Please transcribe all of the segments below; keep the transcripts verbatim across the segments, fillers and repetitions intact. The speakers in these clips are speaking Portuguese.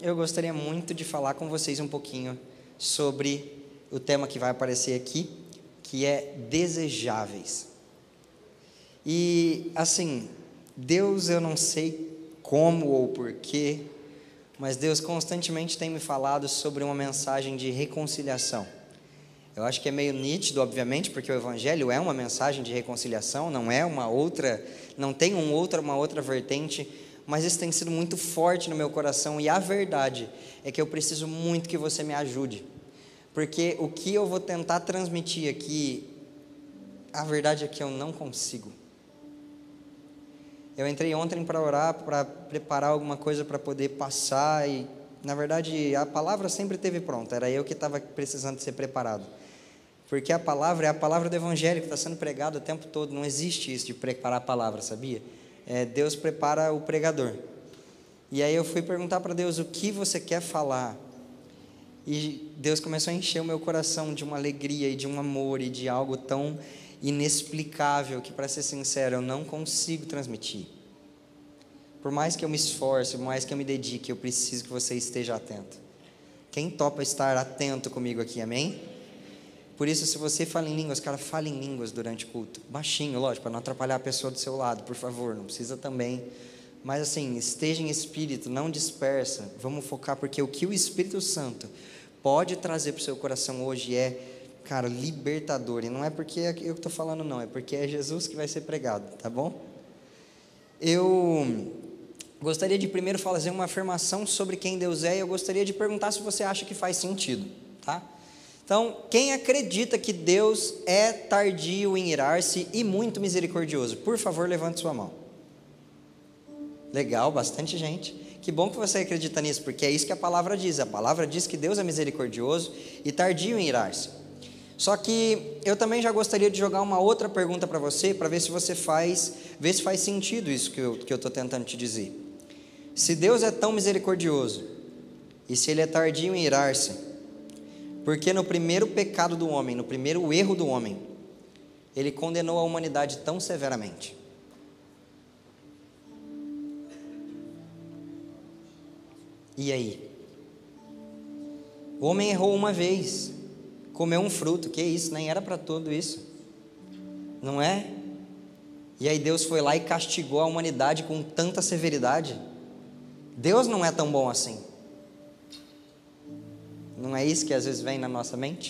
eu gostaria muito de falar com vocês um pouquinho sobre o tema que vai aparecer aqui, que é desejáveis. E, assim, Deus, eu não sei como ou porquê, mas Deus constantemente tem me falado sobre uma mensagem de reconciliação. Eu acho que é meio nítido, obviamente, porque o Evangelho é uma mensagem de reconciliação, não é uma outra, não tem um outra, uma outra vertente, mas isso tem sido muito forte no meu coração, e a verdade é que eu preciso muito que você me ajude, porque o que eu vou tentar transmitir aqui, a verdade é que eu não consigo. Eu entrei ontem para orar, para preparar alguma coisa para poder passar, e na verdade a palavra sempre esteve pronta, era eu que estava precisando ser preparado, porque a palavra é a palavra do Evangelho que está sendo pregada o tempo todo. Não existe isso de preparar a palavra, sabia? É, Deus prepara o pregador. E aí eu fui perguntar para Deus, o que você quer falar? E Deus começou a encher o meu coração de uma alegria e de um amor e de algo tão inexplicável que, para ser sincero, eu não consigo transmitir. Por mais que eu me esforce, por mais que eu me dedique, eu preciso que você esteja atento. Quem topa estar atento comigo aqui, amém? Por isso, se você fala em línguas, cara, fale em línguas durante o culto. Baixinho, lógico, para não atrapalhar a pessoa do seu lado, por favor, não precisa também. Mas assim, esteja em espírito, não dispersa. Vamos focar, porque o que o Espírito Santo pode trazer para o seu coração hoje é, cara, libertador. E não é porque é eu que estou falando, não, é porque é Jesus que vai ser pregado, tá bom? Eu gostaria de primeiro fazer uma afirmação sobre quem Deus é, e eu gostaria de perguntar se você acha que faz sentido, tá? Então, quem acredita que Deus é tardio em irar-se e muito misericordioso? Por favor, levante sua mão. Legal, bastante gente. Que bom que você acredita nisso, porque é isso que a palavra diz. A palavra diz que Deus é misericordioso e tardio em irar-se. Só que eu também já gostaria de jogar uma outra pergunta para você, para ver se você faz, ver se faz sentido isso que eu que eu estou tentando te dizer. Se Deus é tão misericordioso, e se Ele é tardio em irar-se, porque no primeiro pecado do homem, no primeiro erro do homem, Ele condenou a humanidade tão severamente. E aí? O homem errou uma vez, comeu um fruto, que isso, nem era para tudo isso, não é? E aí Deus foi lá e castigou a humanidade com tanta severidade. Deus não é tão bom assim. Não é isso que às vezes vem na nossa mente?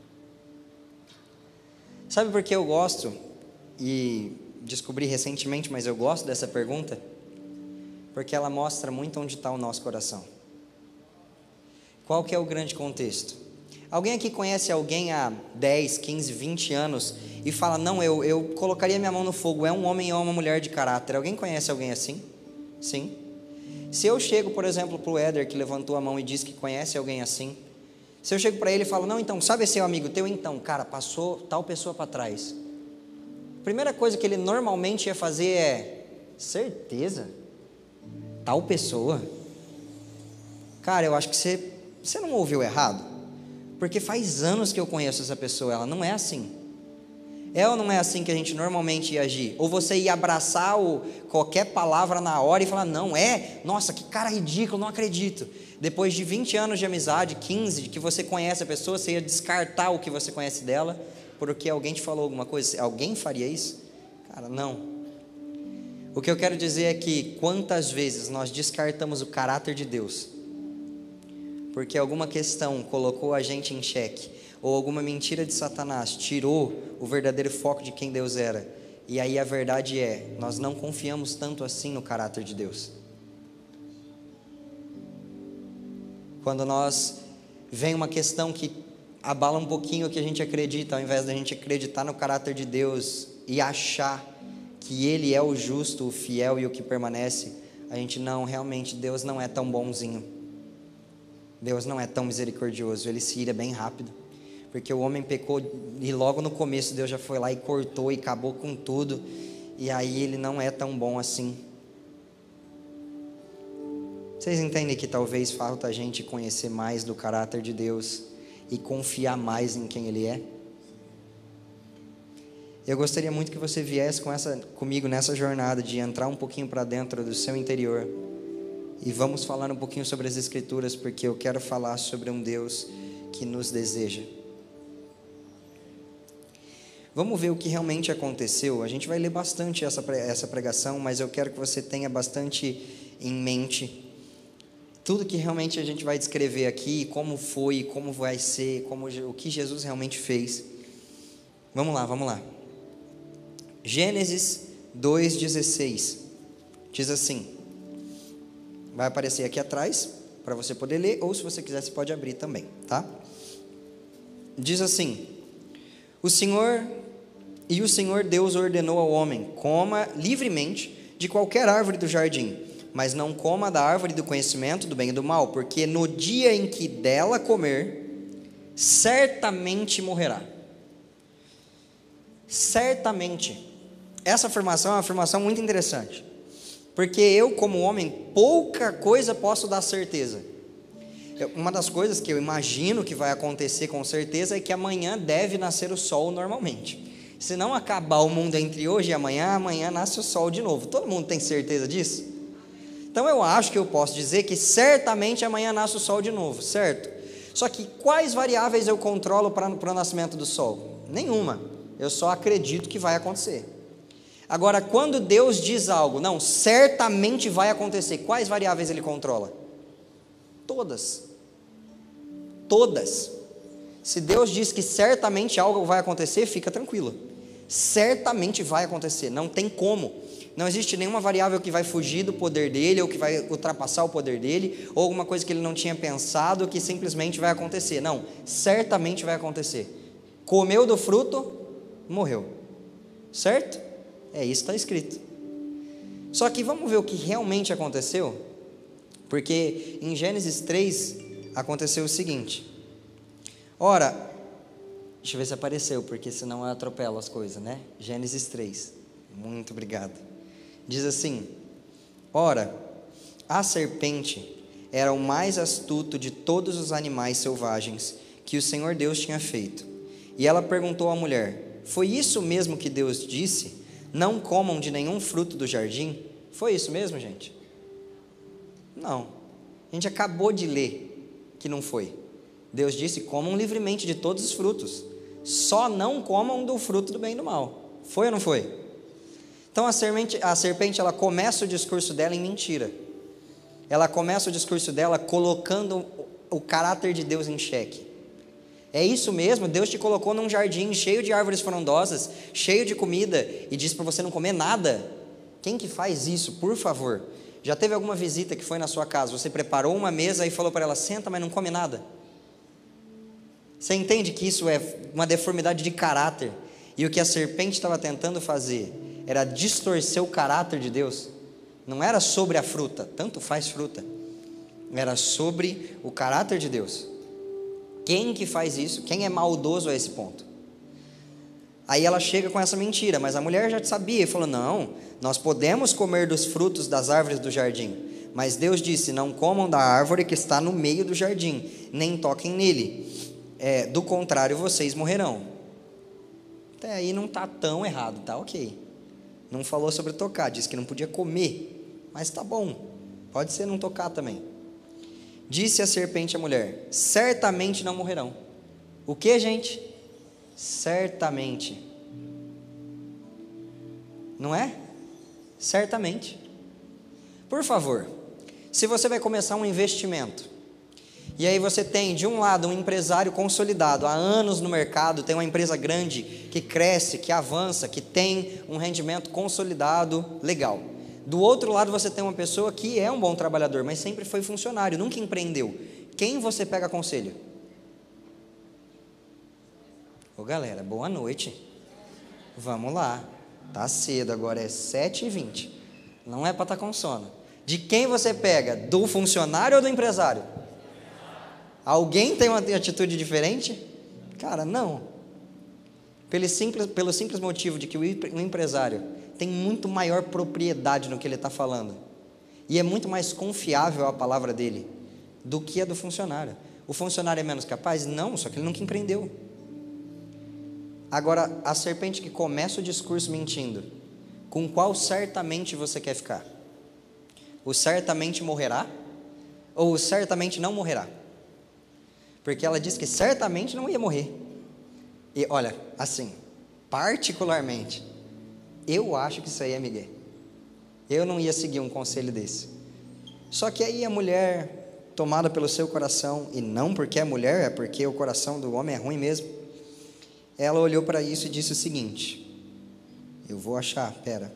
Sabe por que eu gosto, e descobri recentemente, mas eu gosto dessa pergunta? Porque ela mostra muito onde está o nosso coração. Qual que é o grande contexto? Alguém aqui conhece alguém há dez, quinze, vinte anos e fala, não, eu, eu colocaria minha mão no fogo, é um homem ou uma mulher de caráter? Alguém conhece alguém assim? Sim. Se eu chego, por exemplo, para o Éder, que levantou a mão e disse que conhece alguém assim, se eu chego para ele e falo, não, então, sabe esse seu amigo teu? Então, cara, passou tal pessoa para trás. A primeira coisa que ele normalmente ia fazer é, certeza? Tal pessoa? Cara, eu acho que você, você não ouviu errado, porque faz anos que eu conheço essa pessoa, ela não é assim. É ou não é assim que a gente normalmente ia agir? Ou você ia abraçar o, qualquer palavra na hora e falar, não é? Nossa, que cara ridículo, não acredito. Depois de vinte anos de amizade, quinze, que você conhece a pessoa, você ia descartar o que você conhece dela, porque alguém te falou alguma coisa. Alguém faria isso? Cara, não. O que eu quero dizer é que quantas vezes nós descartamos o caráter de Deus, porque alguma questão colocou a gente em xeque, ou alguma mentira de Satanás tirou o verdadeiro foco de quem Deus era. E aí a verdade é, nós não confiamos tanto assim no caráter de Deus. Quando nós vem uma questão que abala um pouquinho o que a gente acredita, ao invés da gente acreditar no caráter de Deus e achar que Ele é o justo, o fiel e o que permanece, a gente não, realmente Deus não é tão bonzinho. Deus não é tão misericordioso, Ele se ira bem rápido, porque o homem pecou e logo no começo Deus já foi lá e cortou e acabou com tudo, e aí Ele não é tão bom assim. Vocês entendem que talvez falta a gente conhecer mais do caráter de Deus e confiar mais em quem Ele é? Eu gostaria muito que você viesse com essa, comigo nessa jornada de entrar um pouquinho para dentro do seu interior e vamos falar um pouquinho sobre as Escrituras, porque eu quero falar sobre um Deus que nos deseja. Vamos ver o que realmente aconteceu. A gente vai ler bastante essa, essa pregação, mas eu quero que você tenha bastante em mente tudo que realmente a gente vai descrever aqui, como foi, como vai ser, como, o que Jesus realmente fez. Vamos lá, vamos lá. Gênesis dois, dezesseis, diz assim, vai aparecer aqui atrás, para você poder ler, ou se você quiser, você pode abrir também, tá? Diz assim, o Senhor, e o Senhor Deus ordenou ao homem, coma livremente de qualquer árvore do jardim, mas não coma da árvore do conhecimento do bem e do mal, porque no dia em que dela comer, certamente morrerá. Certamente. Essa afirmação é uma afirmação muito interessante, porque eu, como homem, pouca coisa posso dar certeza. Uma das coisas que eu imagino que vai acontecer com certeza é que amanhã deve nascer o sol normalmente. Se não acabar o mundo entre hoje e amanhã, amanhã nasce o sol de novo. Todo mundo tem certeza disso? Então eu acho que eu posso dizer que certamente amanhã nasce o sol de novo, certo? Só que quais variáveis eu controlo para, para o nascimento do sol? Nenhuma. Eu só acredito que vai acontecer. Agora, quando Deus diz algo, não, certamente vai acontecer, quais variáveis Ele controla? Todas. Todas. Se Deus diz que certamente algo vai acontecer, fica tranquilo. Certamente vai acontecer, não tem como. Não existe nenhuma variável que vai fugir do poder dele, ou que vai ultrapassar o poder dele, ou alguma coisa que ele não tinha pensado, que simplesmente vai acontecer. Não, certamente vai acontecer. Comeu do fruto, morreu. Certo? É isso que está escrito. Só que vamos ver o que realmente aconteceu? Porque em Gênesis três aconteceu o seguinte. Ora, deixa eu ver se apareceu, porque senão eu atropelo as coisas, né? Gênesis três. Muito obrigado. Diz assim, ora, a serpente era o mais astuto de todos os animais selvagens que o Senhor Deus tinha feito. E ela perguntou à mulher, foi isso mesmo que Deus disse? Não comam de nenhum fruto do jardim? Foi isso mesmo, gente? Não. A gente acabou de ler que não foi. Deus disse, comam livremente de todos os frutos. Só não comam do fruto do bem e do mal. Foi ou não foi? Então a serpente, a serpente ela começa o discurso dela em mentira. Ela começa o discurso dela colocando o, o caráter de Deus em xeque. É isso mesmo, Deus te colocou num jardim cheio de árvores frondosas, cheio de comida, e disse para você não comer nada. Quem que faz isso, por favor? Já teve alguma visita que foi na sua casa, você preparou uma mesa e falou para ela, senta, mas não come nada? Você entende que isso é uma deformidade de caráter? E o que a serpente estava tentando fazer era distorcer o caráter de Deus. Não era sobre a fruta, tanto faz fruta. Era sobre o caráter de Deus. Quem que faz isso? Quem é maldoso a esse ponto? Aí ela chega com essa mentira, mas a mulher já sabia e falou, não, nós podemos comer dos frutos das árvores do jardim, mas Deus disse, não comam da árvore que está no meio do jardim, nem toquem nele, é, do contrário vocês morrerão. Até aí não está tão errado, tá ok. Não falou sobre tocar, disse que não podia comer, mas tá bom, pode ser não tocar também. Disse a serpente à mulher, certamente não morrerão. O que, gente? Certamente. Não é? Certamente. Por favor, se você vai começar um investimento, e aí você tem, de um lado, um empresário consolidado, há anos no mercado, tem uma empresa grande, que cresce, que avança, que tem um rendimento consolidado, legal. Do outro lado, você tem uma pessoa que é um bom trabalhador, mas sempre foi funcionário, nunca empreendeu. Quem você pega conselho? Ô galera, boa noite. Vamos lá. Tá cedo, agora é sete e vinte. Não é para estar com sono. De quem você pega? Do funcionário ou do empresário? Alguém tem uma atitude diferente? Cara, não. Pelo simples, pelo simples motivo de que o empresário tem muito maior propriedade no que ele está falando. E é muito mais confiável a palavra dele do que a do funcionário. O funcionário é menos capaz? Não, só que ele nunca empreendeu. Agora, a serpente que começa o discurso mentindo, com qual certamente você quer ficar? O certamente morrerá? Ou o certamente não morrerá? Porque ela disse que certamente não ia morrer. E olha, assim, particularmente, eu acho que isso aí é migué. Eu não ia seguir um conselho desse. Só que aí a mulher, tomada pelo seu coração, e não porque é mulher, é porque o coração do homem é ruim mesmo, ela olhou para isso e disse o seguinte, eu vou achar, pera.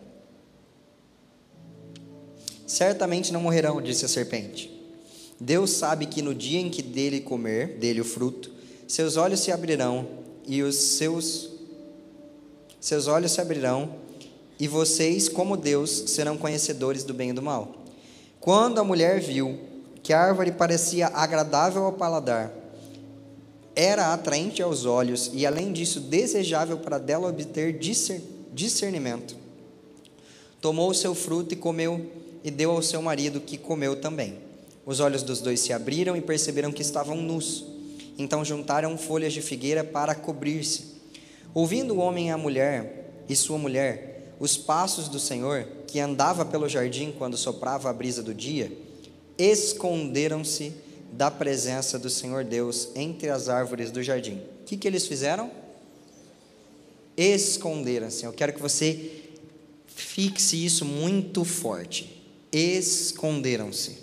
Certamente não morrerão, disse a serpente. Deus sabe que no dia em que dele comer, dele o fruto, seus olhos se abrirão e os seus seus olhos se abrirão e vocês, como Deus, serão conhecedores do bem e do mal. Quando a mulher viu que a árvore parecia agradável ao paladar, era atraente aos olhos e, além disso, desejável para dela obter discernimento, tomou o seu fruto e comeu e deu ao seu marido, que comeu também. Os olhos dos dois se abriram e perceberam que estavam nus. Então juntaram folhas de figueira para cobrir-se. Ouvindo o homem e a mulher e sua mulher os passos do Senhor, que andava pelo jardim quando soprava a brisa do dia, esconderam-se da presença do Senhor Deus entre as árvores do jardim. O que, que eles fizeram? Esconderam-se. Eu quero que você fixe isso muito forte. Esconderam-se.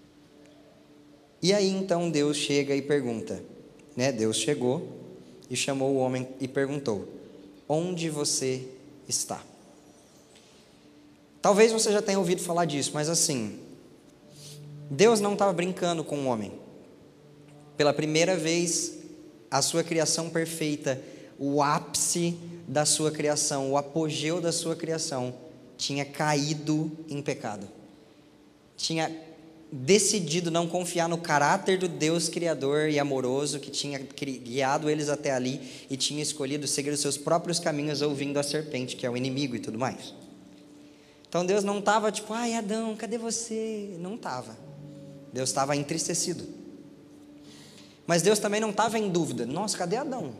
E aí então Deus chega e pergunta, né? Deus chegou e chamou o homem e perguntou, onde você está? Talvez você já tenha ouvido falar disso, mas assim, Deus não estava brincando com o homem. Pela primeira vez, a sua criação perfeita, o ápice da sua criação, o apogeu da sua criação, tinha caído em pecado. Tinha decidido não confiar no caráter do Deus criador e amoroso que tinha guiado eles até ali e tinha escolhido seguir os seus próprios caminhos ouvindo a serpente, que é o inimigo e tudo mais. Então Deus não estava tipo, ai Adão, cadê você? Não estava. Deus estava entristecido. Mas Deus também não estava em dúvida, nossa, cadê Adão?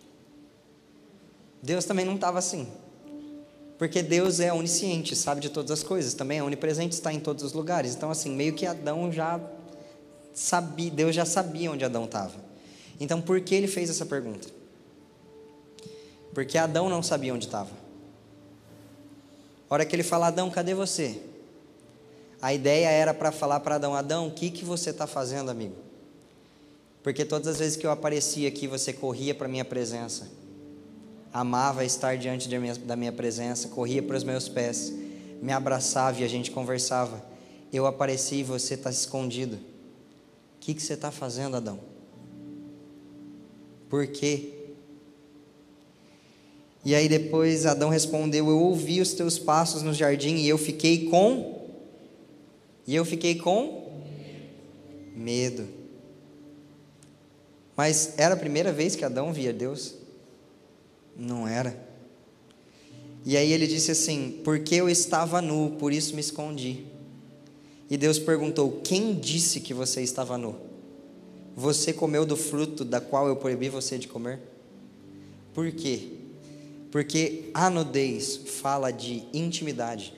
Deus também não estava assim. Porque Deus é onisciente, sabe de todas as coisas, também é onipresente, está em todos os lugares. Então assim, meio que Adão já sabia, Deus já sabia onde Adão estava. Então por que ele fez essa pergunta? Porque Adão não sabia onde estava. A hora que ele fala, Adão, cadê você? A ideia era para falar para Adão, Adão, o que, que você está fazendo, amigo? Porque todas as vezes que eu aparecia aqui, você corria para a minha presença. Amava estar diante da minha, da minha presença, corria para os meus pés, me abraçava e a gente conversava. Eu apareci e você está escondido. O que, que você está fazendo, Adão? Por quê? E aí depois Adão respondeu, eu ouvi os teus passos no jardim e eu fiquei com... E eu fiquei com... medo. Mas era a primeira vez que Adão via Deus? Não era. E aí ele disse assim, porque eu estava nu, por isso me escondi. E Deus perguntou, quem disse que você estava nu? Você comeu do fruto da qual eu proibi você de comer? Por quê? Porque a nudez fala de intimidade.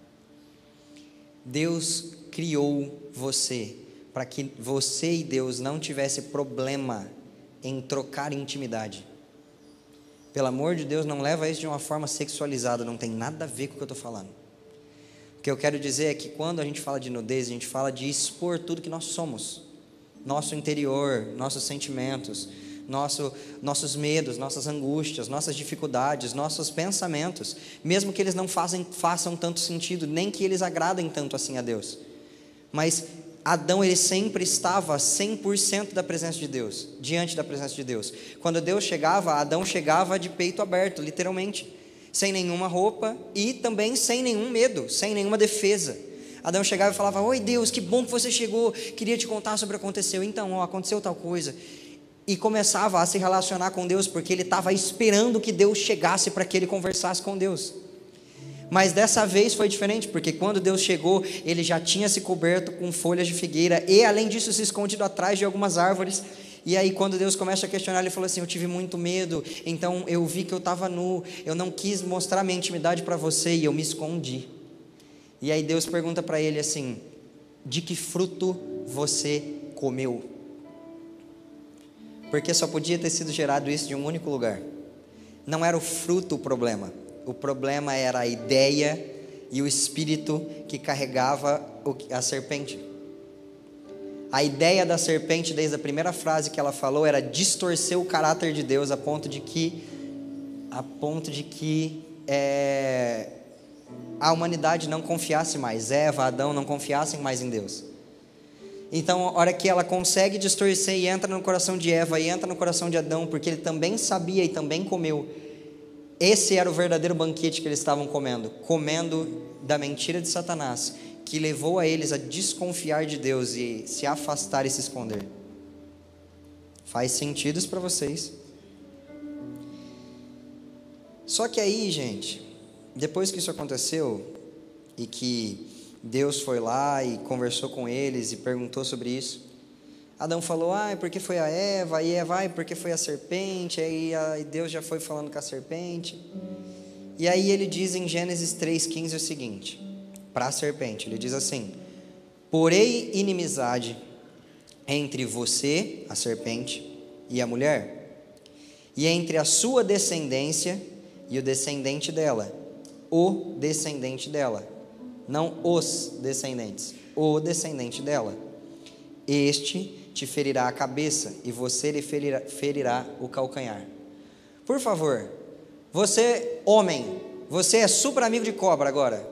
Deus criou você para que você e Deus não tivesse problema em trocar intimidade. Pelo amor de Deus, não leva isso de uma forma sexualizada, não tem nada a ver com o que eu estou falando. O que eu quero dizer é que quando a gente fala de nudez, a gente fala de expor tudo que nós somos. Nosso interior, nossos sentimentos, nosso, nossos medos, nossas angústias, nossas dificuldades, nossos pensamentos, mesmo que eles não fazem, façam tanto sentido, nem que eles agradem tanto assim a Deus. Mas Adão, ele sempre estava cem por cento da presença de Deus, diante da presença de Deus. Quando Deus chegava, Adão chegava de peito aberto, literalmente, sem nenhuma roupa e também sem nenhum medo, sem nenhuma defesa. Adão chegava e falava, oi Deus, que bom que você chegou, queria te contar sobre o que aconteceu. Então, ó, aconteceu tal coisa. E começava a se relacionar com Deus, porque ele estava esperando que Deus chegasse para que ele conversasse com Deus. Mas dessa vez foi diferente, porque quando Deus chegou, ele já tinha se coberto com folhas de figueira, e além disso se escondido atrás de algumas árvores. E aí quando Deus começa a questionar, ele falou assim, eu tive muito medo, então eu vi que eu estava nu, eu não quis mostrar minha intimidade para você, e eu me escondi. E aí Deus pergunta para ele assim, de que fruto você comeu. Porque só podia ter sido gerado isso de um único lugar. Não era o fruto o problema. O problema era a ideia e o espírito que carregava a serpente. A ideia da serpente, desde a primeira frase que ela falou, era distorcer o caráter de Deus a ponto de que, a ponto de que é, a humanidade não confiasse mais, Eva, Adão não confiassem mais em Deus. Então, a hora que ela consegue distorcer e entra no coração de Eva e entra no coração de Adão, porque ele também sabia e também comeu, esse era o verdadeiro banquete que eles estavam comendo, comendo da mentira de Satanás, que levou a eles a desconfiar de Deus e se afastar e se esconder. Faz sentido isso para vocês? Só que aí, gente, depois que isso aconteceu e que Deus foi lá e conversou com eles e perguntou sobre isso, Adão falou, ah, é porque foi a Eva, e Eva, ah, é porque foi a serpente, aí Deus já foi falando com a serpente. E aí ele diz em Gênesis três, quinze o seguinte, para a serpente, ele diz assim, porém inimizade entre você, a serpente, e a mulher, e entre a sua descendência e o descendente dela, o descendente dela, não os descendentes, o descendente dela, este te ferirá a cabeça e você lhe ferirá, ferirá o calcanhar. Por favor, você, homem, você é super amigo de cobra agora?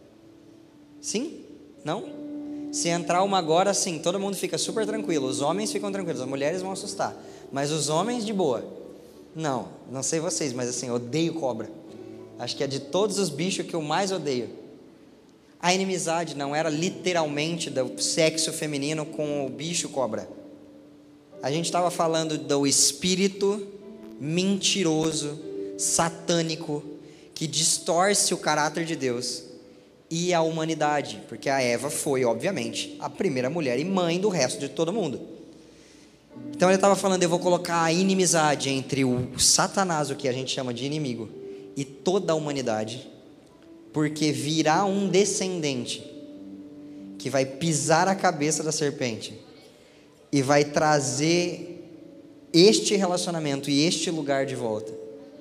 Sim? Não? Se entrar uma agora, sim, todo mundo fica super tranquilo, os homens ficam tranquilos, as mulheres vão assustar, mas os homens de boa. Não, não sei vocês, mas assim, eu odeio cobra. Acho que é de todos os bichos que eu mais odeio. A inimizade não era literalmente do sexo feminino com o bicho cobra. A gente estava falando do espírito mentiroso, satânico, que distorce o caráter de Deus e a humanidade, porque a Eva foi, obviamente, a primeira mulher e mãe do resto de todo mundo. Então ele estava falando, eu vou colocar a inimizade entre o Satanás, o que a gente chama de inimigo, e toda a humanidade, porque virá um descendente que vai pisar a cabeça da serpente e vai trazer este relacionamento e este lugar de volta.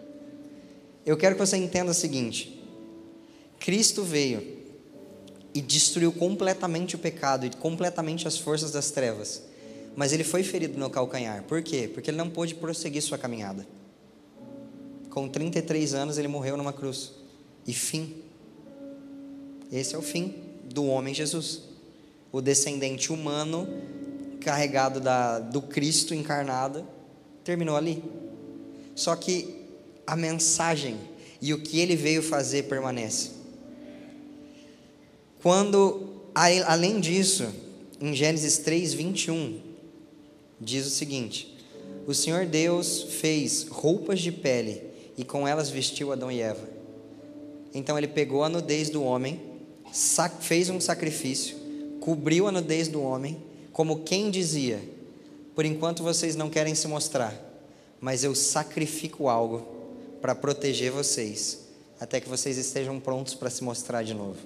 Eu quero que você entenda o seguinte, Cristo veio e destruiu completamente o pecado e completamente as forças das trevas, mas ele foi ferido no calcanhar. Por quê? Porque ele não pôde prosseguir sua caminhada. Com trinta e três anos ele morreu numa cruz. E fim. Esse é o fim do homem Jesus. O descendente humano carregado da, do Cristo encarnado terminou ali. Só que a mensagem e o que ele veio fazer permanece. Quando, além disso, em Gênesis três, vinte e um, diz o seguinte, o Senhor Deus fez roupas de pele e com elas vestiu Adão e Eva. Então ele pegou a nudez do homem, fez um sacrifício, cobriu a nudez do homem, como quem dizia, por enquanto vocês não querem se mostrar, mas eu sacrifico algo para proteger vocês, até que vocês estejam prontos para se mostrar de novo.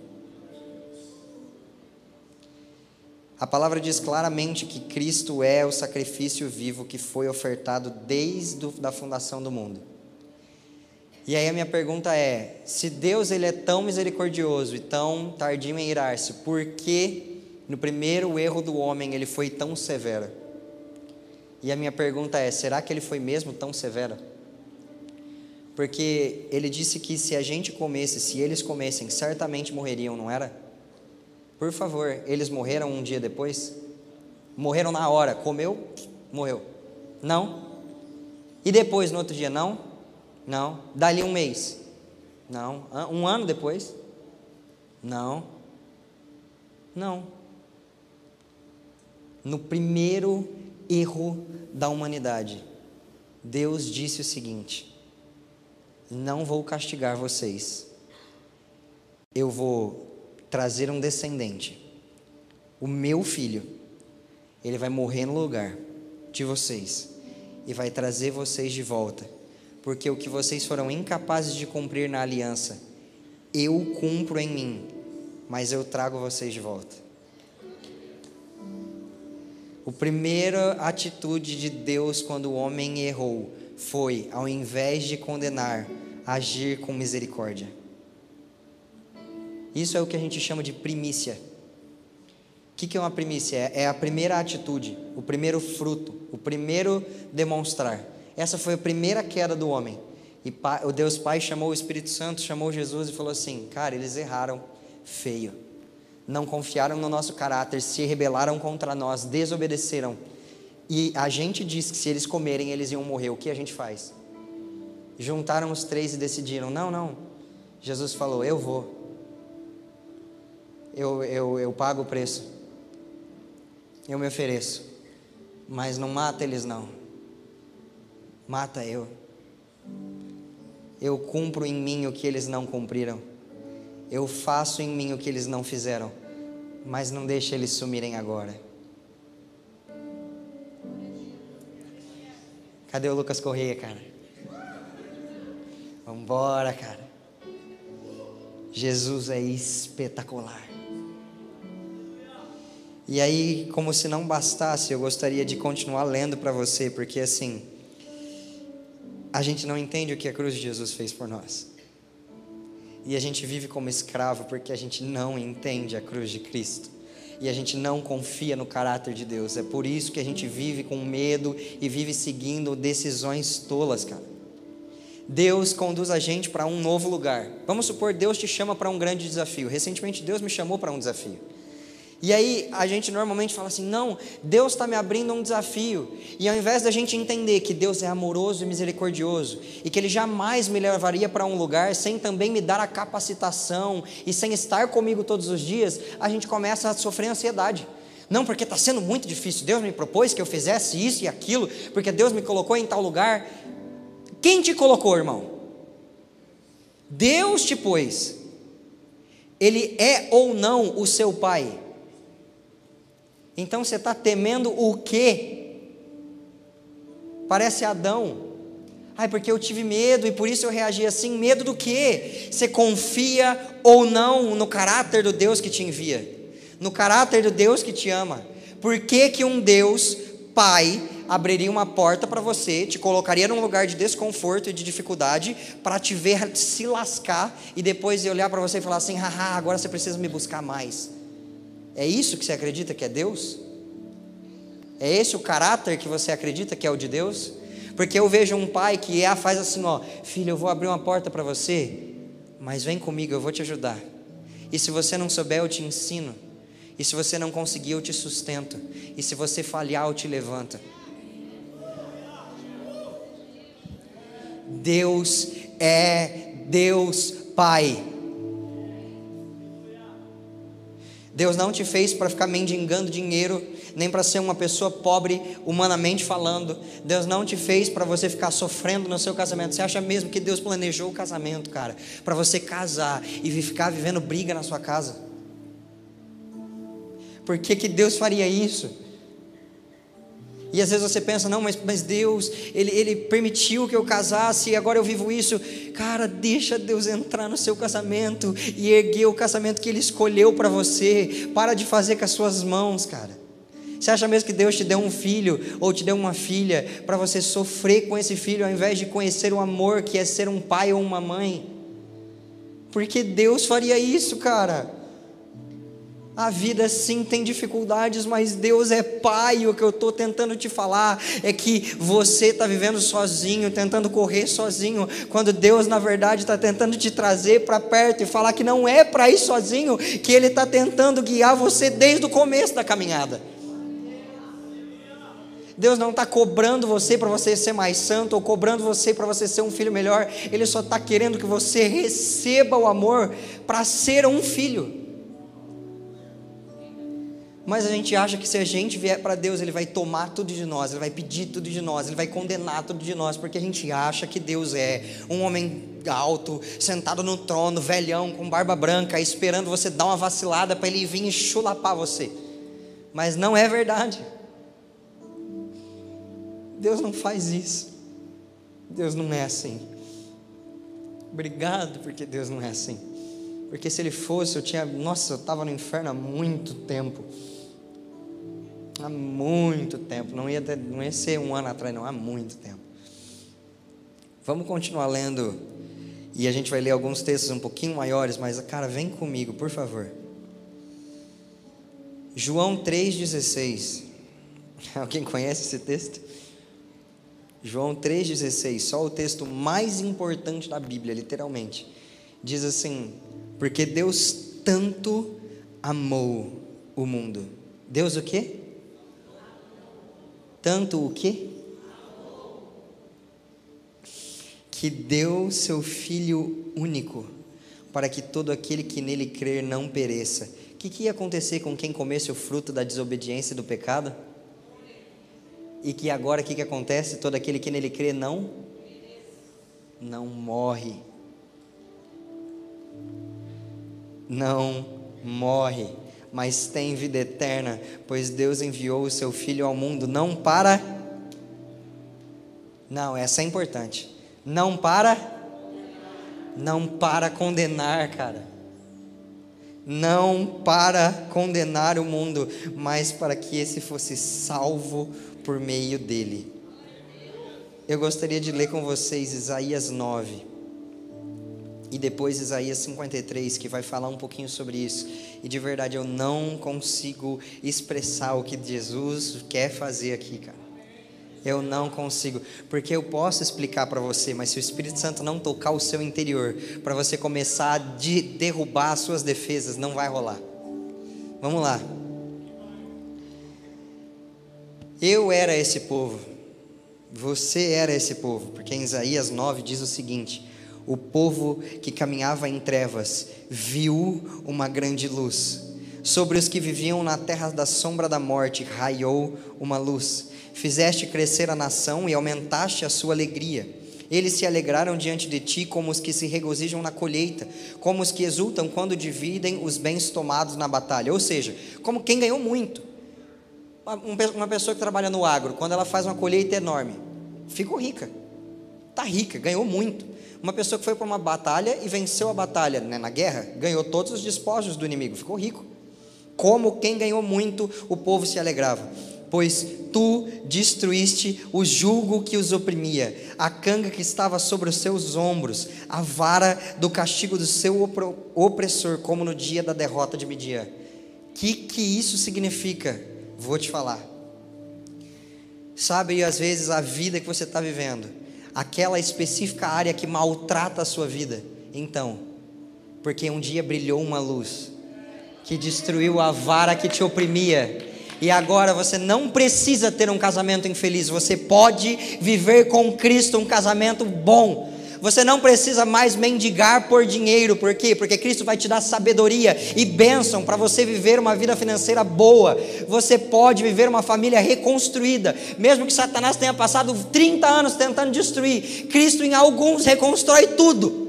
A palavra diz claramente que Cristo é o sacrifício vivo que foi ofertado desde a fundação do mundo. E aí a minha pergunta é, se Deus ele é tão misericordioso e tão tardio em irar-se, por que no primeiro erro do homem ele foi tão severo? E a minha pergunta é, será que ele foi mesmo tão severo? Porque ele disse que se a gente comesse, se eles comessem, certamente morreriam, não era? Por favor, eles morreram um dia depois? Morreram na hora, comeu, morreu. Não? E depois, no outro dia, não? Não. Dali um mês? Não. Um ano depois? Não. Não. No primeiro erro da humanidade, Deus disse o seguinte, não vou castigar vocês, eu vou trazer um descendente, o meu filho, ele vai morrer no lugar de vocês, e vai trazer vocês de volta, porque o que vocês foram incapazes de cumprir na aliança, eu cumpro em mim, mas eu trago vocês de volta. A primeira atitude de Deus quando o homem errou foi, ao invés de condenar, agir com misericórdia. Isso é o que a gente chama de primícia. O que é uma primícia? É a primeira atitude, o primeiro fruto, o primeiro demonstrar. Essa foi a primeira queda do homem. E o Deus Pai chamou o Espírito Santo, chamou Jesus e falou assim: cara, eles erraram feio. Não confiaram no nosso caráter, se rebelaram contra nós, desobedeceram. E a gente disse que se eles comerem, eles iam morrer. O que a gente faz? Juntaram os três e decidiram: não, não. Jesus falou: eu vou. Eu, eu, eu pago o preço. Eu me ofereço. Mas não mata eles não. Mata eu. Eu cumpro em mim o que eles não cumpriram. Eu faço em mim o que eles não fizeram. Mas não deixa eles sumirem agora. Cadê o Lucas Correia, cara? Vambora, cara. Jesus é espetacular. E aí, como se não bastasse, eu gostaria de continuar lendo para você, porque assim, a gente não entende o que a cruz de Jesus fez por nós. E a gente vive como escravo porque a gente não entende a cruz de Cristo. E a gente não confia no caráter de Deus. É por isso que a gente vive com medo e vive seguindo decisões tolas, cara. Deus conduz a gente para um novo lugar. Vamos supor, Deus te chama para um grande desafio. Recentemente Deus me chamou para um desafio. E aí a gente normalmente fala assim: não, Deus está me abrindo um desafio. E ao invés da gente entender que Deus é amoroso e misericordioso, e que Ele jamais me levaria para um lugar sem também me dar a capacitação, e sem estar comigo todos os dias, a gente começa a sofrer ansiedade. Não, porque está sendo muito difícil, Deus me propôs que eu fizesse isso e aquilo, porque Deus me colocou em tal lugar. Quem te colocou, irmão? Deus te pôs. Ele é ou não o seu pai? Então você está temendo o quê? Parece Adão. Ai, porque eu tive medo e por isso eu reagi assim. Medo do quê? Você confia ou não no caráter do Deus que te envia? No caráter do Deus que te ama? Por que que um Deus Pai abriria uma porta para você, te colocaria num lugar de desconforto e de dificuldade, para te ver se lascar e depois olhar para você e falar assim: haha, agora você precisa me buscar mais? É isso que você acredita que é Deus? É esse o caráter que você acredita que é o de Deus? Porque eu vejo um pai que é, faz assim: ó, filho, eu vou abrir uma porta para você, mas vem comigo, eu vou te ajudar. E se você não souber, eu te ensino. E se você não conseguir, eu te sustento. E se você falhar, eu te levanto. Deus é Deus Pai. Deus não te fez para ficar mendigando dinheiro, nem para ser uma pessoa pobre, humanamente falando. Deus não te fez para você ficar sofrendo no seu casamento. Você acha mesmo que Deus planejou o casamento, cara, para você casar e ficar vivendo briga na sua casa? Por que que Deus faria isso? E às vezes você pensa: não, mas, mas Deus, ele, ele permitiu que eu casasse e agora eu vivo isso. Cara, deixa Deus entrar no seu casamento e erguer o casamento que Ele escolheu para você. Para de fazer com as suas mãos, cara. Você acha mesmo que Deus te deu um filho ou te deu uma filha para você sofrer com esse filho, ao invés de conhecer o amor que é ser um pai ou uma mãe? Porque Deus faria isso, cara? A vida sim tem dificuldades, mas Deus é Pai. O que eu estou tentando te falar é que você está vivendo sozinho, tentando correr sozinho, quando Deus na verdade está tentando te trazer para perto e falar que não é para ir sozinho, que Ele está tentando guiar você desde o começo da caminhada. Deus não está cobrando você para você ser mais santo, ou cobrando você para você ser um filho melhor. Ele só está querendo que você receba o amor para ser um filho. Mas a gente acha que se a gente vier para Deus, Ele vai tomar tudo de nós, Ele vai pedir tudo de nós, Ele vai condenar tudo de nós, porque a gente acha que Deus é um homem alto, sentado no trono, velhão, com barba branca, esperando você dar uma vacilada para Ele vir e chulapar você. Mas não é verdade. Deus não faz isso. Deus não é assim. Obrigado, porque Deus não é assim. Porque se Ele fosse, eu tinha, nossa, eu estava no inferno há muito tempo. Há muito tempo, não ia, ter, não ia ser um ano atrás, não, há muito tempo. Vamos continuar lendo, e a gente vai ler alguns textos um pouquinho maiores, mas, cara, vem comigo, por favor. João três dezesseis. Alguém conhece esse texto? João três dezesseis, só o texto mais importante da Bíblia, literalmente. Diz assim: porque Deus tanto amou o mundo. Deus o quê? Tanto o quê? Que deu seu Filho único, para que todo aquele que nele crer não pereça. O que, que ia acontecer com quem comesse o fruto da desobediência e do pecado? E que agora o que, que acontece? Todo aquele que nele crê não? Não morre. Não morre, mas tem vida eterna, pois Deus enviou o seu Filho ao mundo, não para... Não, essa é importante. Não para... Não para condenar, cara. Não para condenar o mundo, mas para que esse fosse salvo por meio dele. Eu gostaria de ler com vocês Isaías nove e depois Isaías cinquenta e três, que vai falar um pouquinho sobre isso. E de verdade eu não consigo expressar o que Jesus quer fazer aqui, cara. Eu não consigo, porque eu posso explicar para você, mas se o Espírito Santo não tocar o seu interior, para você começar a de derrubar as suas defesas, não vai rolar. Vamos lá. Eu era esse povo, você era esse povo, porque em Isaías nove diz o seguinte: o povo que caminhava em trevas viu uma grande luz. Sobre os que viviam na terra da sombra da morte raiou uma luz. Fizeste crescer a nação e aumentaste a sua alegria. Eles se alegraram diante de ti como os que se regozijam na colheita, como os que exultam quando dividem os bens tomados na batalha. Ou seja, como quem ganhou muito. Uma pessoa que trabalha no agro, quando ela faz uma colheita enorme, ficou rica, está rica, ganhou muito. Uma pessoa que foi para uma batalha e venceu a batalha, né, na guerra, ganhou todos os despojos do inimigo, ficou rico. Como quem ganhou muito, o povo se alegrava. Pois tu destruíste o jugo que os oprimia, a canga que estava sobre os seus ombros, a vara do castigo do seu opressor, como no dia da derrota de Midian. O que, que isso significa? Vou te falar. Sabe, às vezes a vida que você está vivendo, aquela específica área que maltrata a sua vida, então, porque um dia brilhou uma luz, que destruiu a vara que te oprimia, e agora você não precisa ter um casamento infeliz, você pode viver com Cristo um casamento bom. Você não precisa mais mendigar por dinheiro. Por quê? Porque Cristo vai te dar sabedoria e bênção para você viver uma vida financeira boa. Você pode viver uma família reconstruída, mesmo que Satanás tenha passado trinta anos tentando destruir, Cristo em alguns reconstrói tudo.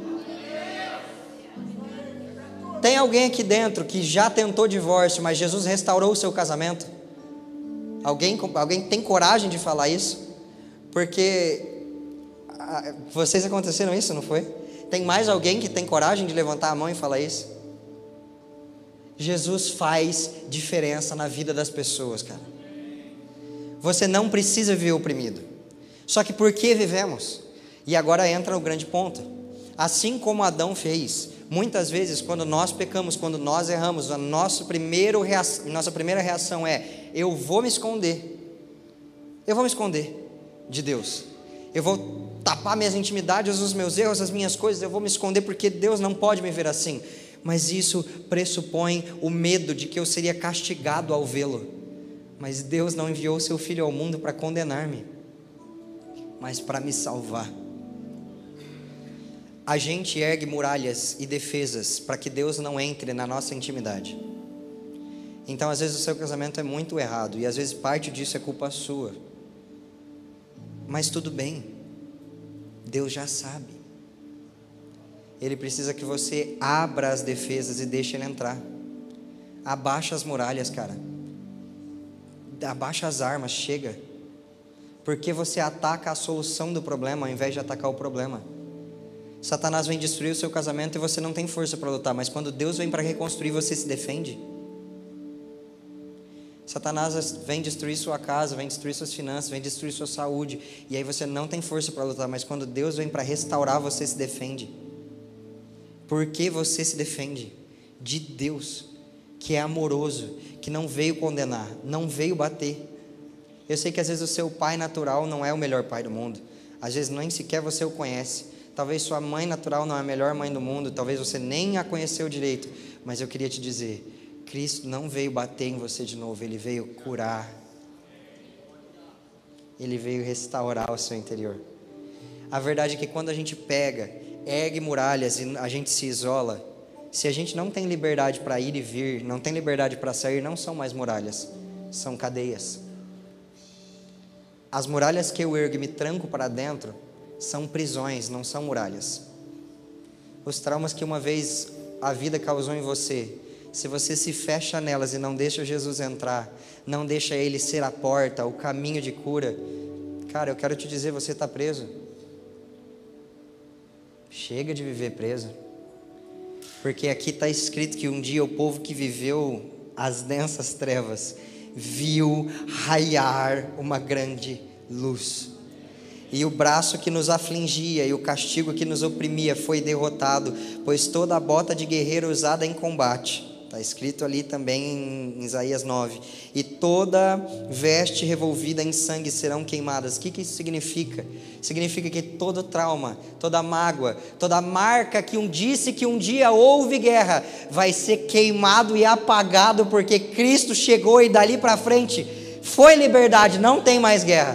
Tem alguém aqui dentro que já tentou divórcio, mas Jesus restaurou o seu casamento? Alguém, alguém tem coragem de falar isso? Porque ah, vocês aconteceram isso, não foi? Tem mais alguém que tem coragem de levantar a mão e falar isso? Jesus faz diferença na vida das pessoas, cara. Você não precisa viver oprimido. Só que por que vivemos? E agora entra o grande ponto. Assim como Adão fez, muitas vezes quando nós pecamos, quando nós erramos, a nossa, primeiro reação, nossa primeira reação é: eu vou me esconder, eu vou me esconder de Deus, eu vou tapar minhas intimidades, os meus erros, as minhas coisas, eu vou me esconder porque Deus não pode me ver assim. Mas isso pressupõe o medo de que eu seria castigado ao vê-lo. Mas Deus não enviou o seu Filho ao mundo para condenar-me, mas para me salvar. A gente ergue muralhas e defesas para que Deus não entre na nossa intimidade. Então às vezes o seu casamento é muito errado, e às vezes parte disso é culpa sua. Mas tudo bem, Deus já sabe. Ele precisa que você abra as defesas e deixe Ele entrar. Abaixa as muralhas, cara. Abaixa as armas, chega. Porque você ataca a solução do problema ao invés de atacar o problema. Satanás vem destruir o seu casamento e você não tem força para lutar, mas quando Deus vem para reconstruir, você se defende. Satanás vem destruir sua casa, vem destruir suas finanças, vem destruir sua saúde, e aí você não tem força para lutar, mas quando Deus vem para restaurar, você se defende. Por que você se defende? De Deus, que é amoroso, que não veio condenar, não veio bater. Eu sei que às vezes o seu pai natural não é o melhor pai do mundo, às vezes nem sequer você o conhece, talvez sua mãe natural não é a melhor mãe do mundo, talvez você nem a conheceu direito, mas eu queria te dizer, Cristo não veio bater em você de novo, Ele veio curar, Ele veio restaurar o seu interior. A verdade é que quando a gente pega, ergue muralhas e a gente se isola, se a gente não tem liberdade para ir e vir, não tem liberdade para sair, não são mais muralhas, são cadeias. As muralhas que eu ergo e me tranco para dentro são prisões, não são muralhas. Os traumas que uma vez a vida causou em você, se você se fecha nelas e não deixa Jesus entrar, não deixa Ele ser a porta, o caminho de cura, cara, eu quero te dizer, você está preso. Chega de viver preso. Porque aqui está escrito que um dia o povo que viveu as densas trevas viu raiar uma grande luz. E o braço que nos afligia e o castigo que nos oprimia foi derrotado, pois toda a bota de guerreiro usada em combate, está escrito ali também em Isaías nove, e toda veste revolvida em sangue serão queimadas. O que, que isso significa? Significa que todo trauma, toda mágoa, toda marca que um disse que um dia houve guerra, vai ser queimado e apagado, porque Cristo chegou e dali para frente foi liberdade, não tem mais guerra.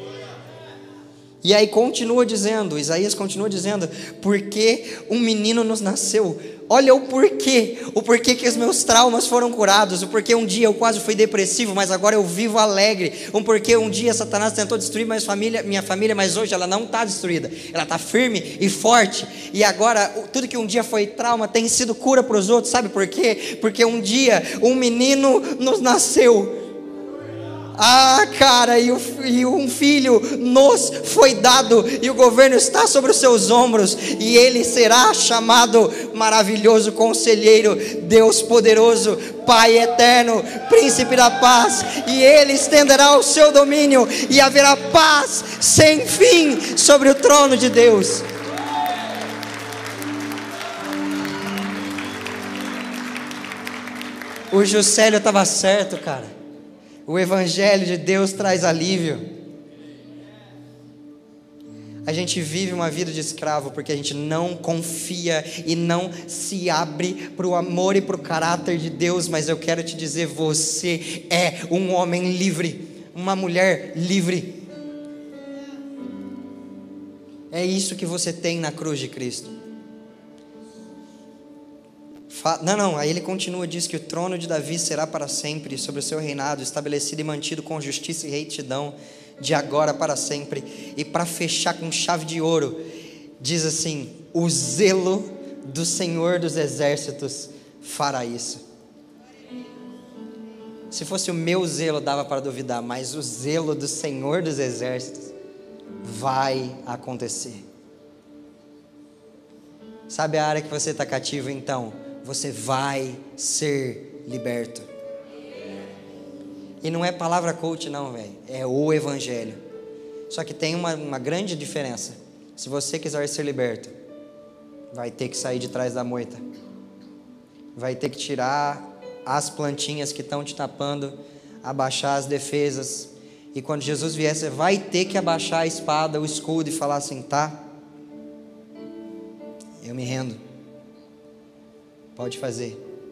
E aí continua dizendo, Isaías continua dizendo, porque um menino nos nasceu. Olha o porquê, o porquê que os meus traumas foram curados, o porquê um dia eu quase fui depressivo, mas agora eu vivo alegre, o porquê um dia Satanás tentou destruir minha família, minha família, mas hoje ela não está destruída, ela está firme e forte, e agora tudo que um dia foi trauma tem sido cura para os outros. Sabe por quê? Porque um dia um menino nos nasceu. Ah, cara, e, o, e um filho nos foi dado, e o governo está sobre os seus ombros, e ele será chamado Maravilhoso Conselheiro, Deus Poderoso, Pai Eterno, Príncipe da Paz, e ele estenderá o seu domínio, e haverá paz sem fim sobre o trono de Deus. O Juscelio estava certo, cara. O Evangelho de Deus traz alívio. A gente vive uma vida de escravo porque a gente não confia e não se abre para o amor e para o caráter de Deus. Mas eu quero te dizer, você é um homem livre, uma mulher livre. É isso que você tem na cruz de Cristo. Não, não, aí ele continua, diz que o trono de Davi será para sempre, sobre o seu reinado, estabelecido e mantido com justiça e retidão, de agora para sempre. E para fechar com chave de ouro, diz assim, o zelo do Senhor dos Exércitos fará isso. Se fosse o meu zelo dava para duvidar, mas o zelo do Senhor dos Exércitos vai acontecer. Sabe a área que você está cativo então? Você vai ser liberto. E não é palavra coach não, velho. É o Evangelho. Só que tem uma, uma grande diferença. Se você quiser ser liberto, vai ter que sair de trás da moita. Vai ter que tirar as plantinhas que estão te tapando, abaixar as defesas. E quando Jesus vier, você vai ter que abaixar a espada, o escudo e falar assim, tá? Eu me rendo. Pode fazer.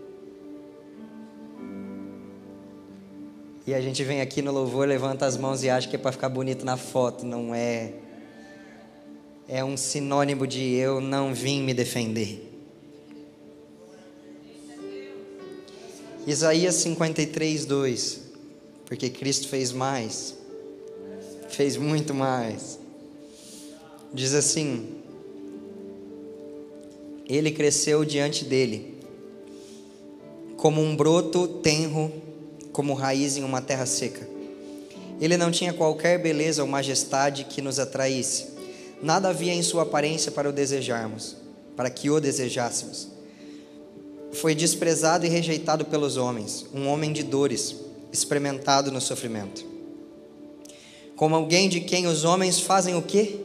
E a gente vem aqui no louvor, levanta as mãos e acha que é para ficar bonito na foto. Não é. É um sinônimo de eu não vim me defender. Isaías cinquenta e três, dois. Porque Cristo fez mais. Fez muito mais. Diz assim: Ele cresceu diante dele, como um broto tenro, como raiz em uma terra seca. Ele não tinha qualquer beleza ou majestade que nos atraísse. Nada havia em sua aparência para o desejarmos, para que o desejássemos. Foi desprezado e rejeitado pelos homens, um homem de dores, experimentado no sofrimento. Como alguém de quem os homens fazem o quê?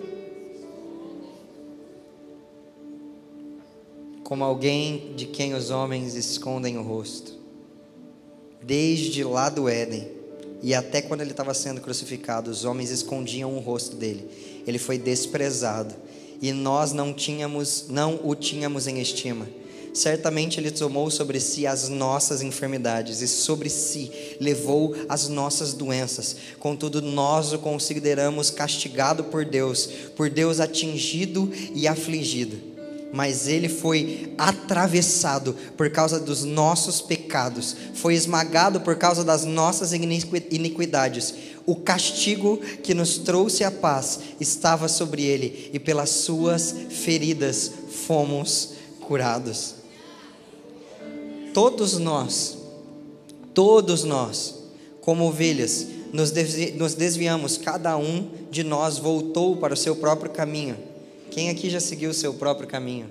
Como alguém de quem os homens escondem o rosto. Desde lá do Éden e até quando ele estava sendo crucificado, os homens escondiam o rosto dele. Ele foi desprezado e nós não tínhamos, não o tínhamos em estima. Certamente ele tomou sobre si as nossas enfermidades e sobre si levou as nossas doenças. Contudo, nós o consideramos castigado por Deus, por Deus atingido e afligido. Mas ele foi atravessado por causa dos nossos pecados, foi esmagado por causa das nossas iniquidades. O castigo que nos trouxe a paz estava sobre ele, e pelas suas feridas fomos curados. Todos nós, todos nós, como ovelhas, nos desviamos, cada um de nós voltou para o seu próprio caminho. Quem aqui já seguiu o seu próprio caminho?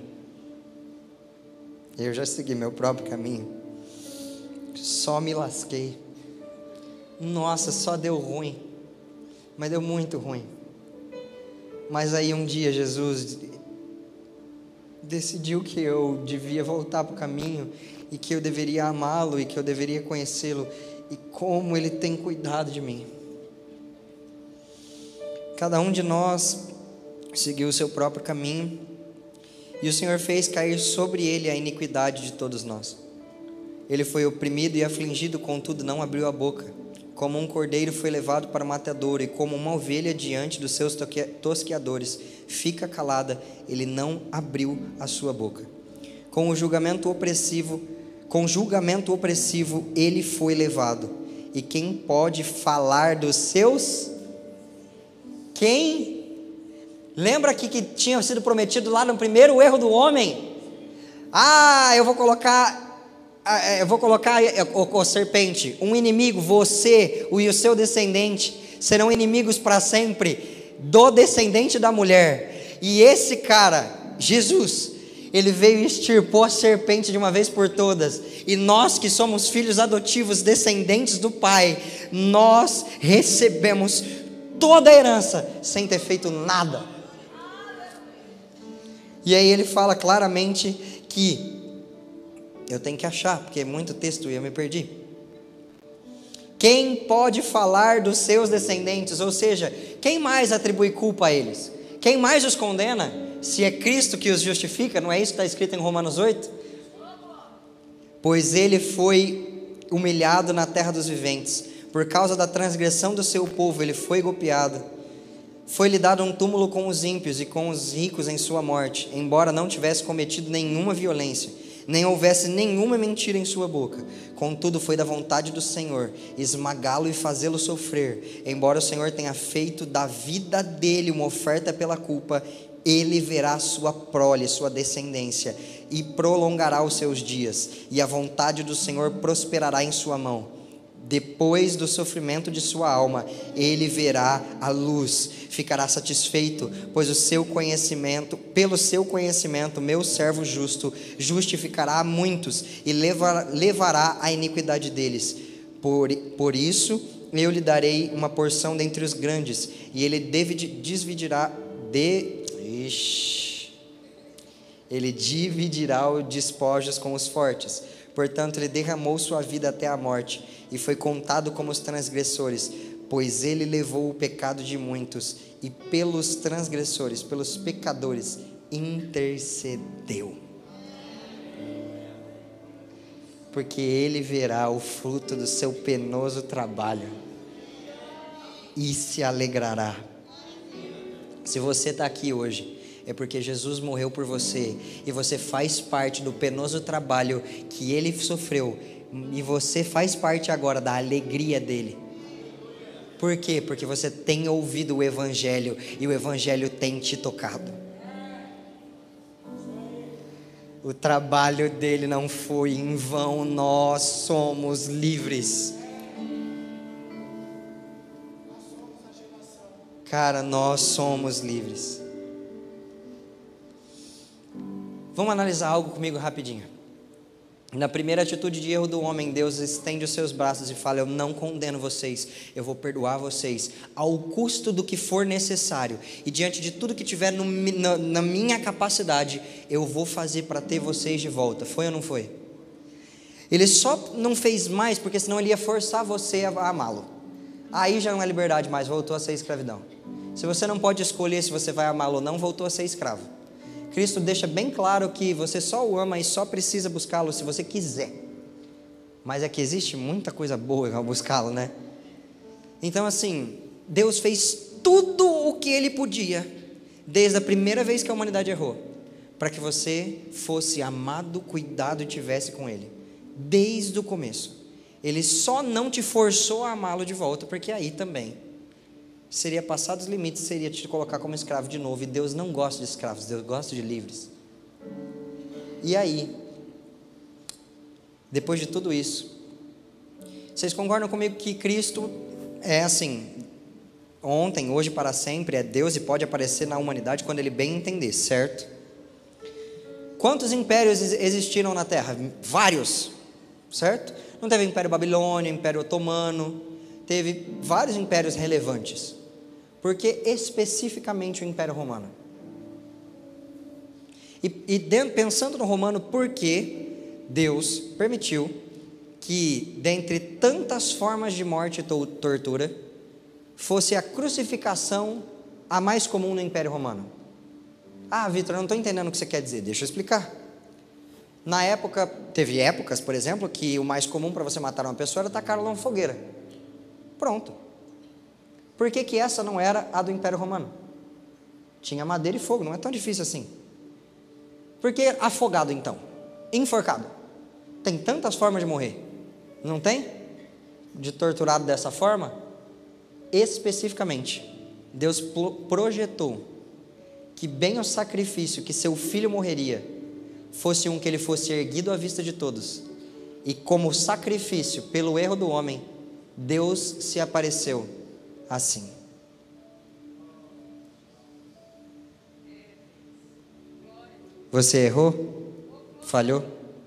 Eu já segui meu próprio caminho. Só me lasquei. Nossa, só deu ruim. Mas deu muito ruim. Mas aí um dia Jesus decidiu que eu devia voltar para o caminho e que eu deveria amá-lo e que eu deveria conhecê-lo e como ele tem cuidado de mim. Cada um de nós seguiu o seu próprio caminho, e o Senhor fez cair sobre ele a iniquidade de todos nós. Ele foi oprimido e afligido, contudo não abriu a boca. Como um cordeiro foi levado para o matadouro, e como uma ovelha diante dos seus tosqueadores fica calada, ele não abriu a sua boca. Com o julgamento opressivo, com julgamento opressivo ele foi levado. E quem pode falar dos seus? Quem? Lembra aqui que tinha sido prometido lá no primeiro erro do homem? Ah, eu vou colocar, eu vou colocar, ô serpente, um inimigo, você e o seu descendente serão inimigos para sempre do descendente da mulher. E esse cara, Jesus, ele veio e extirpou a serpente de uma vez por todas. E nós que somos filhos adotivos, descendentes do Pai, nós recebemos toda a herança sem ter feito nada. E aí ele fala claramente que, eu tenho que achar, porque é muito texto e eu me perdi. Quem pode falar dos seus descendentes? Ou seja, quem mais atribui culpa a eles? Quem mais os condena? Se é Cristo que os justifica, não é isso que está escrito em Romanos oito? Pois ele foi humilhado na terra dos viventes, por causa da transgressão do seu povo ele foi golpeado. Foi-lhe dado um túmulo com os ímpios e com os ricos em sua morte, embora não tivesse cometido nenhuma violência, nem houvesse nenhuma mentira em sua boca. Contudo, foi da vontade do Senhor esmagá-lo e fazê-lo sofrer. Embora o Senhor tenha feito da vida dele uma oferta pela culpa, ele verá sua prole, sua descendência, e prolongará os seus dias, e a vontade do Senhor prosperará em sua mão. Depois do sofrimento de sua alma, ele verá a luz, ficará satisfeito, pois o seu conhecimento, pelo seu conhecimento, meu servo justo justificará a muitos e levar, levará a iniquidade deles. Por, por isso, eu lhe darei uma porção dentre os grandes, e ele dividirá de, ixi, ele dividirá os despojos com os fortes. Portanto, ele derramou sua vida até a morte, e foi contado como os transgressores, pois ele levou o pecado de muitos, e pelos transgressores, pelos pecadores, intercedeu. Porque ele verá o fruto do seu penoso trabalho, e se alegrará. Se você está aqui hoje, é porque Jesus morreu por você, e você faz parte do penoso trabalho que ele sofreu, e você faz parte agora da alegria dele. Por quê? Porque você tem ouvido o Evangelho, e o Evangelho tem te tocado. O trabalho dele não foi em vão, nós somos livres. Cara, nós somos livres. Vamos analisar algo comigo rapidinho. Na primeira atitude de erro do homem, Deus estende os seus braços e fala: eu não condeno vocês, eu vou perdoar vocês, ao custo do que for necessário, e diante de tudo que tiver no, na, na minha capacidade, eu vou fazer para ter vocês de volta. Foi ou não foi? Ele só não fez mais, porque senão ele ia forçar você a amá-lo. Aí já não é liberdade mais, voltou a ser escravidão. Se você não pode escolher se você vai amá-lo ou não, voltou a ser escravo. Cristo deixa bem claro que você só o ama e só precisa buscá-lo se você quiser. Mas é que existe muita coisa boa ao buscá-lo, né? Então assim, Deus fez tudo o que Ele podia, desde a primeira vez que a humanidade errou, para que você fosse amado, cuidado e tivesse com Ele. Desde o começo. Ele só não te forçou a amá-lo de volta, porque aí também seria passar dos limites, seria te colocar como escravo de novo. E Deus não gosta de escravos, Deus gosta de livres. E aí, depois de tudo isso, vocês concordam comigo que Cristo é assim, ontem, hoje, para sempre, é Deus e pode aparecer na humanidade quando Ele bem entender, certo? Quantos impérios existiram na Terra? Vários, certo? Não teve Império Babilônio, Império Otomano, teve vários impérios relevantes. Por que especificamente o Império Romano? E, e dentro, pensando no romano, por que Deus permitiu que, dentre tantas formas de morte e tortura, fosse a crucificação a mais comum no Império Romano? Ah, Vitor, eu não estou entendendo o que você quer dizer, deixa eu explicar. Na época, teve épocas, por exemplo, que o mais comum para você matar uma pessoa era tacar ela numa fogueira. Pronto. Por que que essa não era a do Império Romano? Tinha madeira e fogo, não é tão difícil assim. Por que afogado então? Enforcado. Tem tantas formas de morrer. Não tem? De torturado dessa forma? Especificamente, Deus projetou que bem o sacrifício que seu filho morreria fosse um que ele fosse erguido à vista de todos. E como sacrifício pelo erro do homem, Deus se apareceu assim. Você errou? Falhou?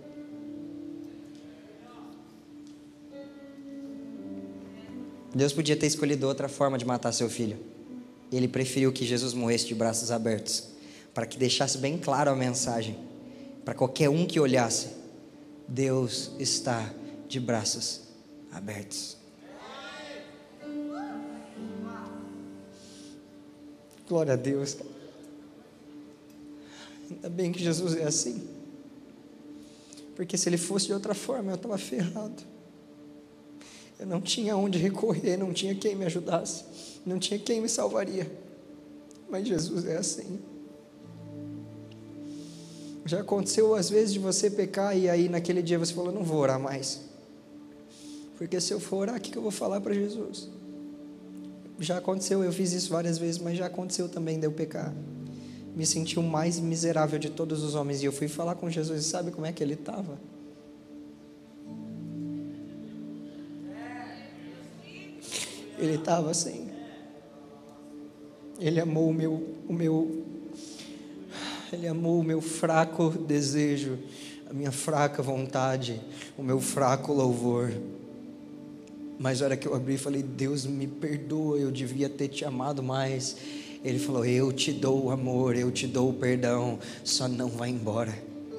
Deus podia ter escolhido outra forma de matar seu filho. Ele preferiu que Jesus morresse de braços abertos, para que deixasse bem claro a mensagem, para qualquer um que olhasse: Deus está de braços abertos. Glória a Deus. Ainda bem que Jesus é assim, porque se ele fosse de outra forma, eu estava ferrado. Eu não tinha onde recorrer, não tinha quem me ajudasse, não tinha quem me salvaria. Mas Jesus é assim. Já aconteceu às vezes de você pecar e aí naquele dia você falou: não vou orar mais, porque se eu for orar, o que eu vou falar para Jesus? Já aconteceu, eu fiz isso várias vezes, mas já aconteceu também de eu pecar. Me senti o mais miserável de todos os homens, e eu fui falar com Jesus, e sabe como é que ele estava? Ele estava assim. Ele amou o meu, o meu, ele amou o meu fraco desejo, a minha fraca vontade, o meu fraco louvor. Mas na hora que eu abri e falei: Deus me perdoa, eu devia ter te amado mais. Ele falou: eu te dou o amor, eu te dou o perdão, só não vai embora.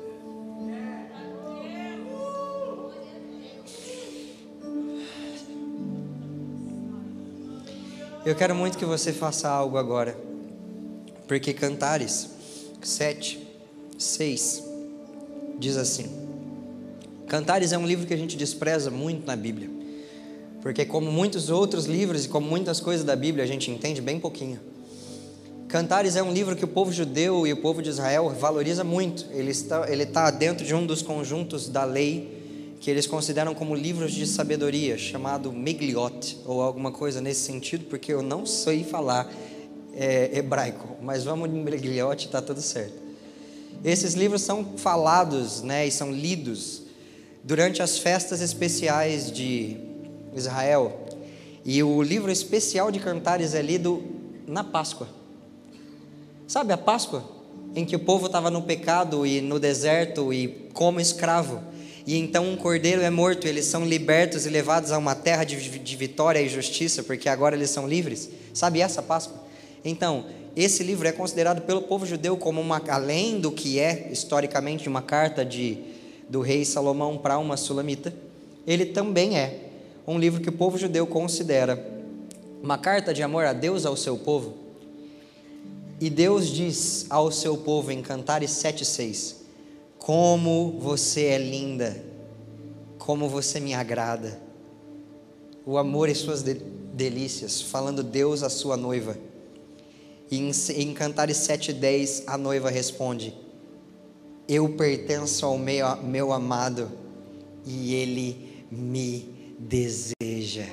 Eu quero muito que você faça algo agora, porque Cantares sete, seis diz assim. Cantares é um livro que a gente despreza muito na Bíblia, porque como muitos outros livros e como muitas coisas da Bíblia a gente entende bem pouquinho. Cantares é um livro que o povo judeu e o povo de Israel valoriza muito. Ele está, ele está dentro de um dos conjuntos da lei que eles consideram como livros de sabedoria, chamado Migliot, ou alguma coisa nesse sentido, porque eu não sei falar é, hebraico, mas vamos em Migliot, está tudo certo. Esses livros são falados, né, e são lidos durante as festas especiais de Israel, e o livro especial de Cantares é lido na Páscoa. Sabe a Páscoa? Em que o povo estava no pecado e no deserto e como escravo, E então um cordeiro é morto, eles são libertos e levados a uma terra de, de vitória e justiça, porque agora eles são livres. Sabe essa Páscoa? Então, esse livro é considerado pelo povo judeu como uma, além do que é historicamente uma carta de, do rei Salomão para uma sulamita, ele também é um livro que o povo judeu considera uma carta de amor a Deus ao seu povo. E Deus diz ao seu povo em Cantares sete, seis: como você é linda, como você me agrada, o amor e suas de- delícias, falando Deus à sua noiva. E em, em Cantares sete, dez, a noiva responde: eu pertenço ao meu, meu amado e ele me deseja.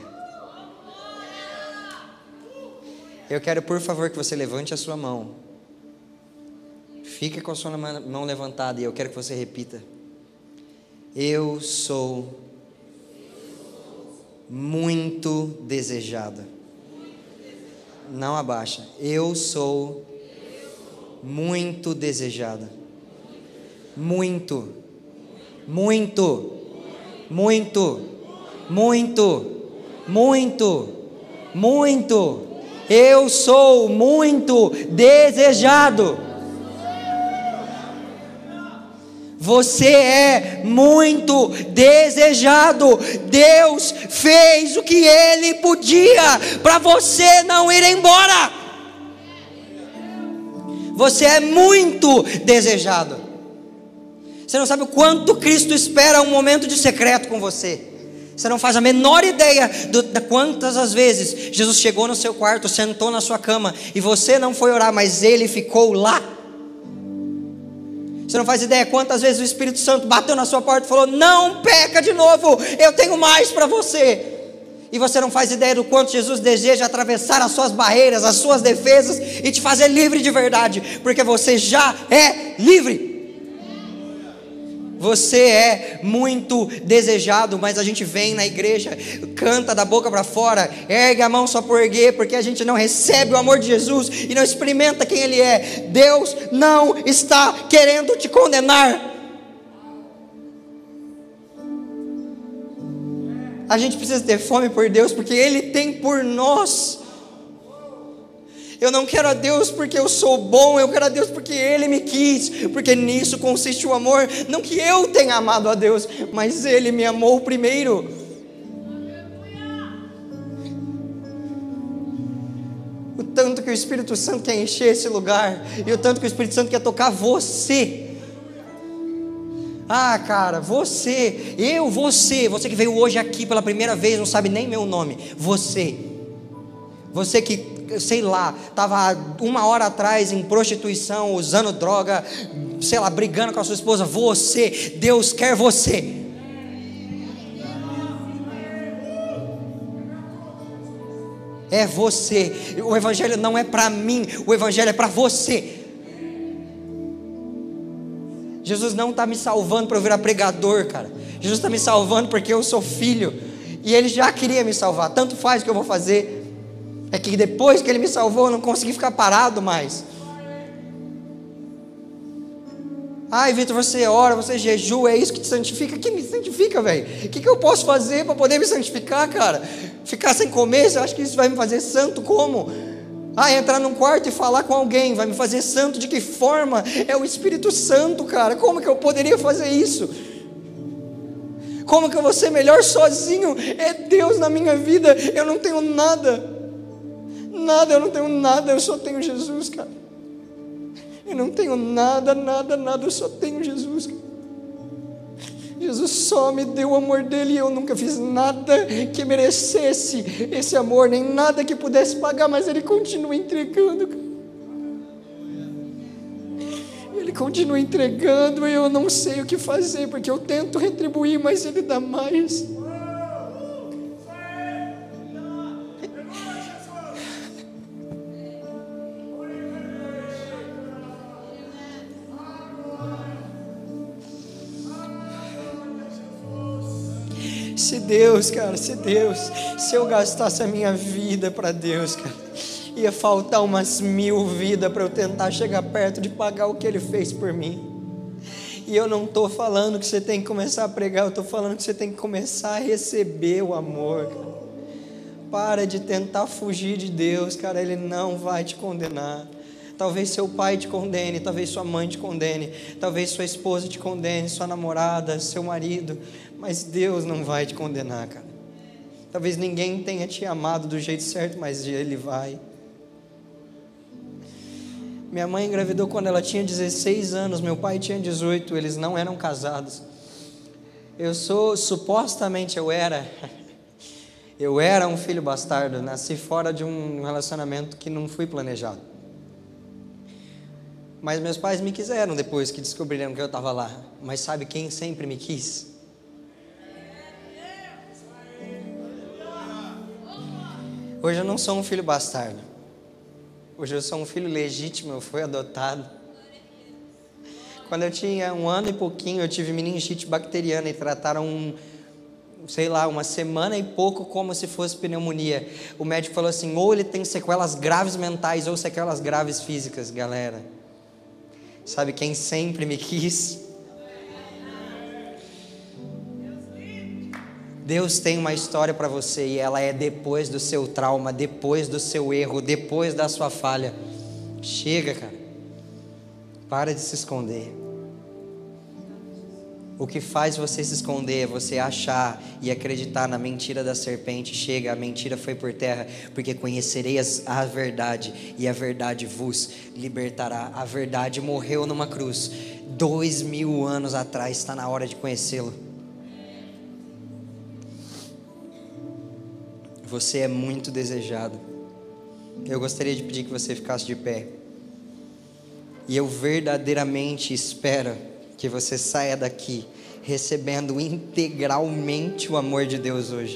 Eu quero, por favor, que você levante a sua mão. Fique com a sua mão levantada e eu quero que você repita: eu sou muito desejada. Não abaixa. Eu sou muito desejada. Muito, muito, muito, muito, muito, muito. Eu sou muito desejado. Você é muito desejado. Deus fez o que Ele podia para você não ir embora. Você é muito desejado. Você não sabe o quanto Cristo espera um momento de secreto com você. Você não faz a menor ideia do, de quantas as vezes Jesus chegou no seu quarto, sentou na sua cama e você não foi orar, mas Ele ficou lá. Você não faz ideia quantas vezes o Espírito Santo bateu na sua porta e falou: não peca de novo, eu tenho mais para você. E você não faz ideia do quanto Jesus deseja atravessar as suas barreiras, as suas defesas e te fazer livre de verdade, porque você já é livre. Você é muito desejado, mas a gente vem na igreja, canta da boca para fora, ergue a mão só por erguer, porque a gente não recebe o amor de Jesus e não experimenta quem Ele é. Deus não está querendo te condenar. A gente precisa ter fome por Deus, porque Ele tem por nós. Eu não quero a Deus porque eu sou bom, eu quero a Deus porque Ele me quis, porque nisso consiste o amor. Não que eu tenha amado a Deus, mas Ele me amou primeiro. O tanto que o Espírito Santo quer encher esse lugar, e o tanto que o Espírito Santo quer tocar você. Ah, cara, você, eu, você, você que veio hoje aqui pela primeira vez, não sabe nem meu nome, você, você que, sei lá, estava uma hora atrás em prostituição, usando droga, sei lá, brigando com a sua esposa, você, Deus quer você. É você. O Evangelho não é para mim, o Evangelho é para você. Jesus não está me salvando para eu virar pregador, cara. Jesus está me salvando porque eu sou filho, e Ele já queria me salvar. Tanto faz o que eu vou fazer. É que depois que Ele me salvou, eu não consegui ficar parado mais. Ai, Vitor, você ora, você jejua, é isso que te santifica? Que me santifica, velho? O que, que eu posso fazer para poder me santificar, cara? Ficar sem comer, você acha que isso vai me fazer santo como? Ah, entrar num quarto e falar com alguém vai me fazer santo? De que forma? É o Espírito Santo, cara. Como que eu poderia fazer isso? Como que eu vou ser melhor sozinho? É Deus na minha vida. Eu não tenho nada. Nada, eu não tenho nada. Eu só tenho Jesus, cara. Eu não tenho nada, nada, nada. Eu só tenho Jesus, cara. Jesus só me deu o amor dele, e eu nunca fiz nada que merecesse esse amor, nem nada que pudesse pagar, mas Ele continua entregando. Ele continua entregando, e eu não sei o que fazer, porque eu tento retribuir, mas Ele dá mais. Se Deus, cara, se Deus, se eu gastasse a minha vida para Deus, cara, ia faltar umas mil vidas para eu tentar chegar perto de pagar o que Ele fez por mim. E eu não estou falando que você tem que começar a pregar, eu estou falando que você tem que começar a receber o amor, cara. Para de tentar fugir de Deus, cara, Ele não vai te condenar. Talvez seu pai te condene, talvez sua mãe te condene, talvez sua esposa te condene, sua namorada, seu marido, mas Deus não vai te condenar, cara. Talvez ninguém tenha te amado do jeito certo, mas Ele vai. Minha mãe engravidou quando ela tinha dezesseis anos, meu pai tinha dezoito, eles não eram casados. Eu sou, supostamente eu era, eu era um filho bastardo, nasci fora de um relacionamento que não fui planejado. Mas meus pais me quiseram depois que descobriram que eu estava lá. Mas sabe quem sempre me quis? Hoje eu não sou um filho bastardo. Hoje eu sou um filho legítimo, eu fui adotado. Quando eu tinha um ano e pouquinho, eu tive meningite bacteriana e trataram, um, sei lá, uma semana e pouco como se fosse pneumonia. O médico falou assim, ou ele tem sequelas graves mentais ou sequelas graves físicas, galera. Sabe quem sempre me quis? Deus tem uma história para você e ela é depois do seu trauma, depois do seu erro, depois da sua falha. Chega, cara. Para de se esconder. O que faz você se esconder é você achar e acreditar na mentira da serpente. Chega, a mentira foi por terra, porque conhecereis a verdade e a verdade vos libertará. A verdade morreu numa cruz dois mil anos atrás, está na hora de conhecê-lo. Você é muito desejado. Eu gostaria de pedir que você ficasse de pé. E eu verdadeiramente espero que você saia daqui recebendo integralmente o amor de Deus hoje.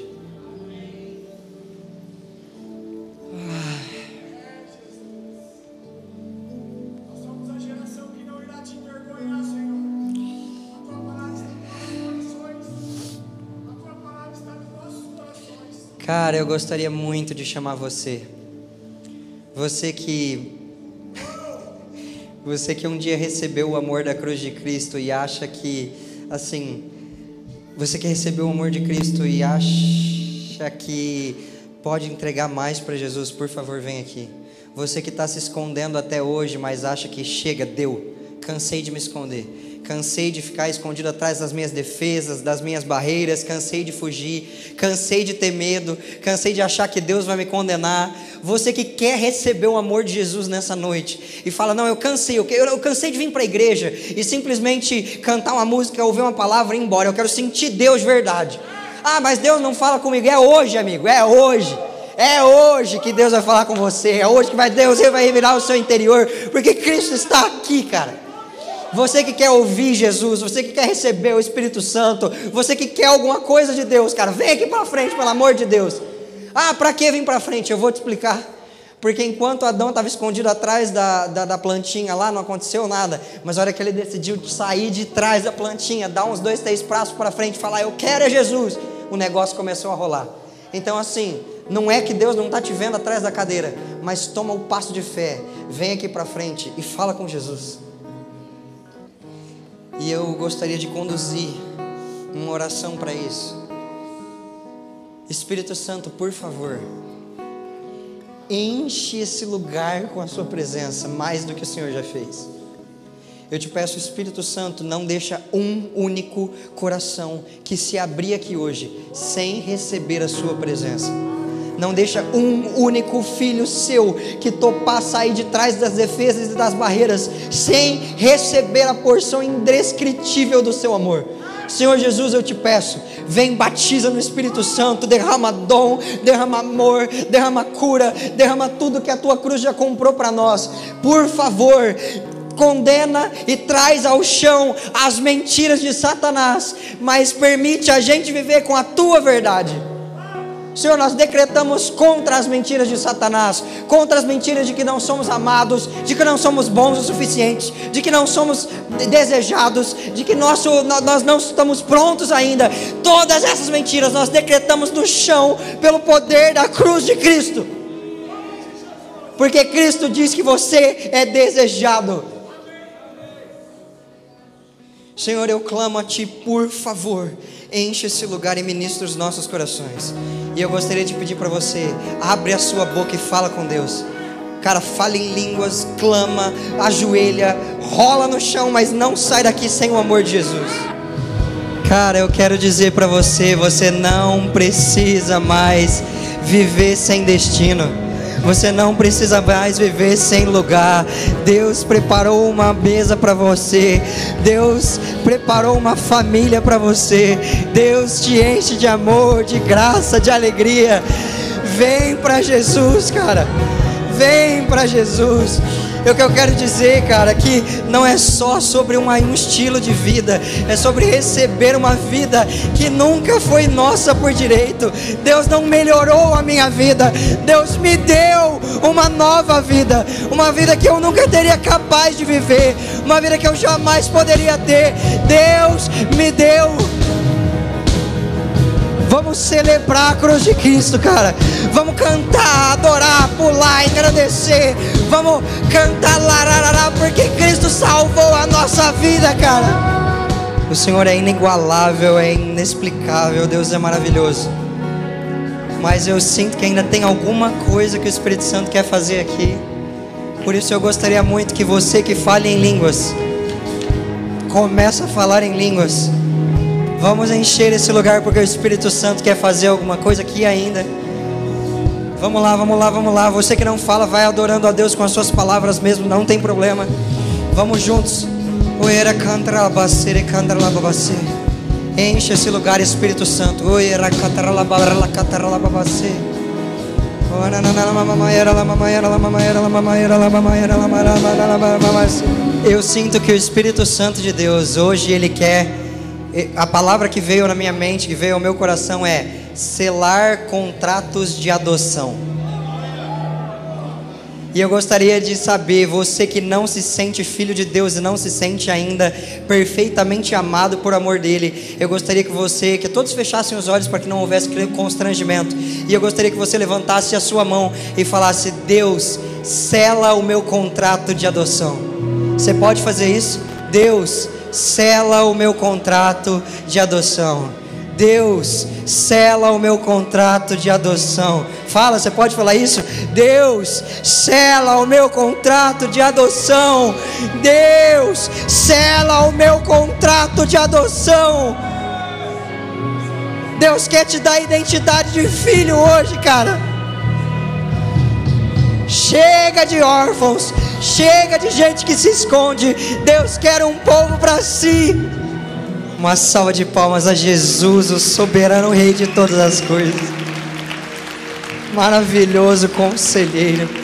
Nós somos a geração que não irá te envergonhar, Senhor. A tua palavra está nos nossos corações. A tua palavra está nos nossos corações. Cara, eu gostaria muito de chamar você. Você que Você que um dia recebeu o amor da cruz de Cristo e acha que, assim, você que recebeu o amor de Cristo e acha que pode entregar mais para Jesus, por favor, vem aqui. Você que está se escondendo até hoje, mas acha que chega, deu, cansei de me esconder. Cansei de ficar escondido atrás das minhas defesas, das minhas barreiras, cansei de fugir, cansei de ter medo, cansei de achar que Deus vai me condenar. Você que quer receber o amor de Jesus nessa noite e fala, não, eu cansei, eu, eu cansei de vir para a igreja e simplesmente cantar uma música, ouvir uma palavra e ir embora, eu quero sentir Deus de verdade. Ah, mas Deus não fala comigo, é hoje, amigo, é hoje. É hoje que Deus vai falar com você, é hoje que vai, Deus vai revelar o seu interior, porque Cristo está aqui, cara. Você que quer ouvir Jesus, você que quer receber o Espírito Santo, você que quer alguma coisa de Deus, cara, vem aqui para frente, pelo amor de Deus. Ah, para que vir para frente? Eu vou te explicar. Porque enquanto Adão estava escondido atrás da, da, da plantinha lá, não aconteceu nada. Mas a hora que ele decidiu sair de trás da plantinha, dar uns dois, três passos para frente e falar, eu quero é Jesus, o negócio começou a rolar. Então assim, não é que Deus não está te vendo atrás da cadeira, mas toma o passo de fé, vem aqui para frente e fala com Jesus. E eu gostaria de conduzir uma oração para isso. Espírito Santo, por favor, enche esse lugar com a sua presença, mais do que o Senhor já fez. Eu te peço, Espírito Santo, não deixa um único coração que se abrir aqui hoje, sem receber a sua presença. Não deixa um único filho seu que topar sair de trás das defesas e das barreiras sem receber a porção indescritível do seu amor. Senhor Jesus, eu te peço, vem, batiza no Espírito Santo, derrama dom, derrama amor, derrama cura, derrama tudo que a tua cruz já comprou para nós. Por favor, condena e traz ao chão as mentiras de Satanás, mas permite a gente viver com a tua verdade. Senhor, nós decretamos contra as mentiras de Satanás, contra as mentiras de que não somos amados, de que não somos bons o suficiente, de que não somos desejados, de que nosso, nós não estamos prontos ainda. Todas essas mentiras nós decretamos no chão pelo poder da cruz de Cristo, porque Cristo diz que você é desejado. Senhor, eu clamo a Ti, por favor, enche esse lugar e ministra os nossos corações. E eu gostaria de pedir para você, abre a sua boca e fala com Deus. Cara, fala em línguas, clama, ajoelha, rola no chão, mas não sai daqui sem o amor de Jesus. Cara, eu quero dizer para você, você não precisa mais viver sem destino. Você não precisa mais viver sem lugar. Deus preparou uma mesa para você. Deus preparou uma família para você. Deus te enche de amor, de graça, de alegria. Vem para Jesus, cara. Vem para Jesus. E o que eu quero dizer, cara, que não é só sobre um, um estilo de vida, é sobre receber uma vida que nunca foi nossa por direito. Deus não melhorou a minha vida, Deus me deu uma nova vida, uma vida que eu nunca teria capaz de viver, uma vida que eu jamais poderia ter. Deus me deu. Vamos celebrar a cruz de Cristo, cara. Vamos cantar, adorar, pular, agradecer. Vamos cantar lararará, porque Cristo salvou a nossa vida, cara. O Senhor é inigualável, é inexplicável. Deus é maravilhoso. Mas eu sinto que ainda tem alguma coisa que o Espírito Santo quer fazer aqui. Por isso eu gostaria muito que você que fale em línguas, comece a falar em línguas. Vamos encher esse lugar porque o Espírito Santo quer fazer alguma coisa aqui ainda. Vamos lá, vamos lá, vamos lá. Você que não fala, vai adorando a Deus com as suas palavras mesmo, não tem problema. Vamos juntos. Enche esse lugar, Espírito Santo. Eu sinto que o Espírito Santo de Deus hoje ele quer. A palavra que veio na minha mente, que veio ao meu coração é selar contratos de adoção. E eu gostaria de saber, você que não se sente filho de Deus e não se sente ainda perfeitamente amado por amor dele, eu gostaria que você, que todos fechassem os olhos para que não houvesse constrangimento, e eu gostaria que você levantasse a sua mão e falasse: Deus, sela o meu contrato de adoção. Você pode fazer isso? Deus, sela o meu contrato de adoção. Deus, sela o meu contrato de adoção. Fala, você pode falar isso? Deus, sela o meu contrato de adoção. Deus, sela o meu contrato de adoção. Deus quer te dar identidade de filho hoje, cara. Chega de órfãos, chega de gente que se esconde. Deus quer um povo para si. Uma salva de palmas a Jesus, o soberano Rei de todas as coisas. Maravilhoso conselheiro.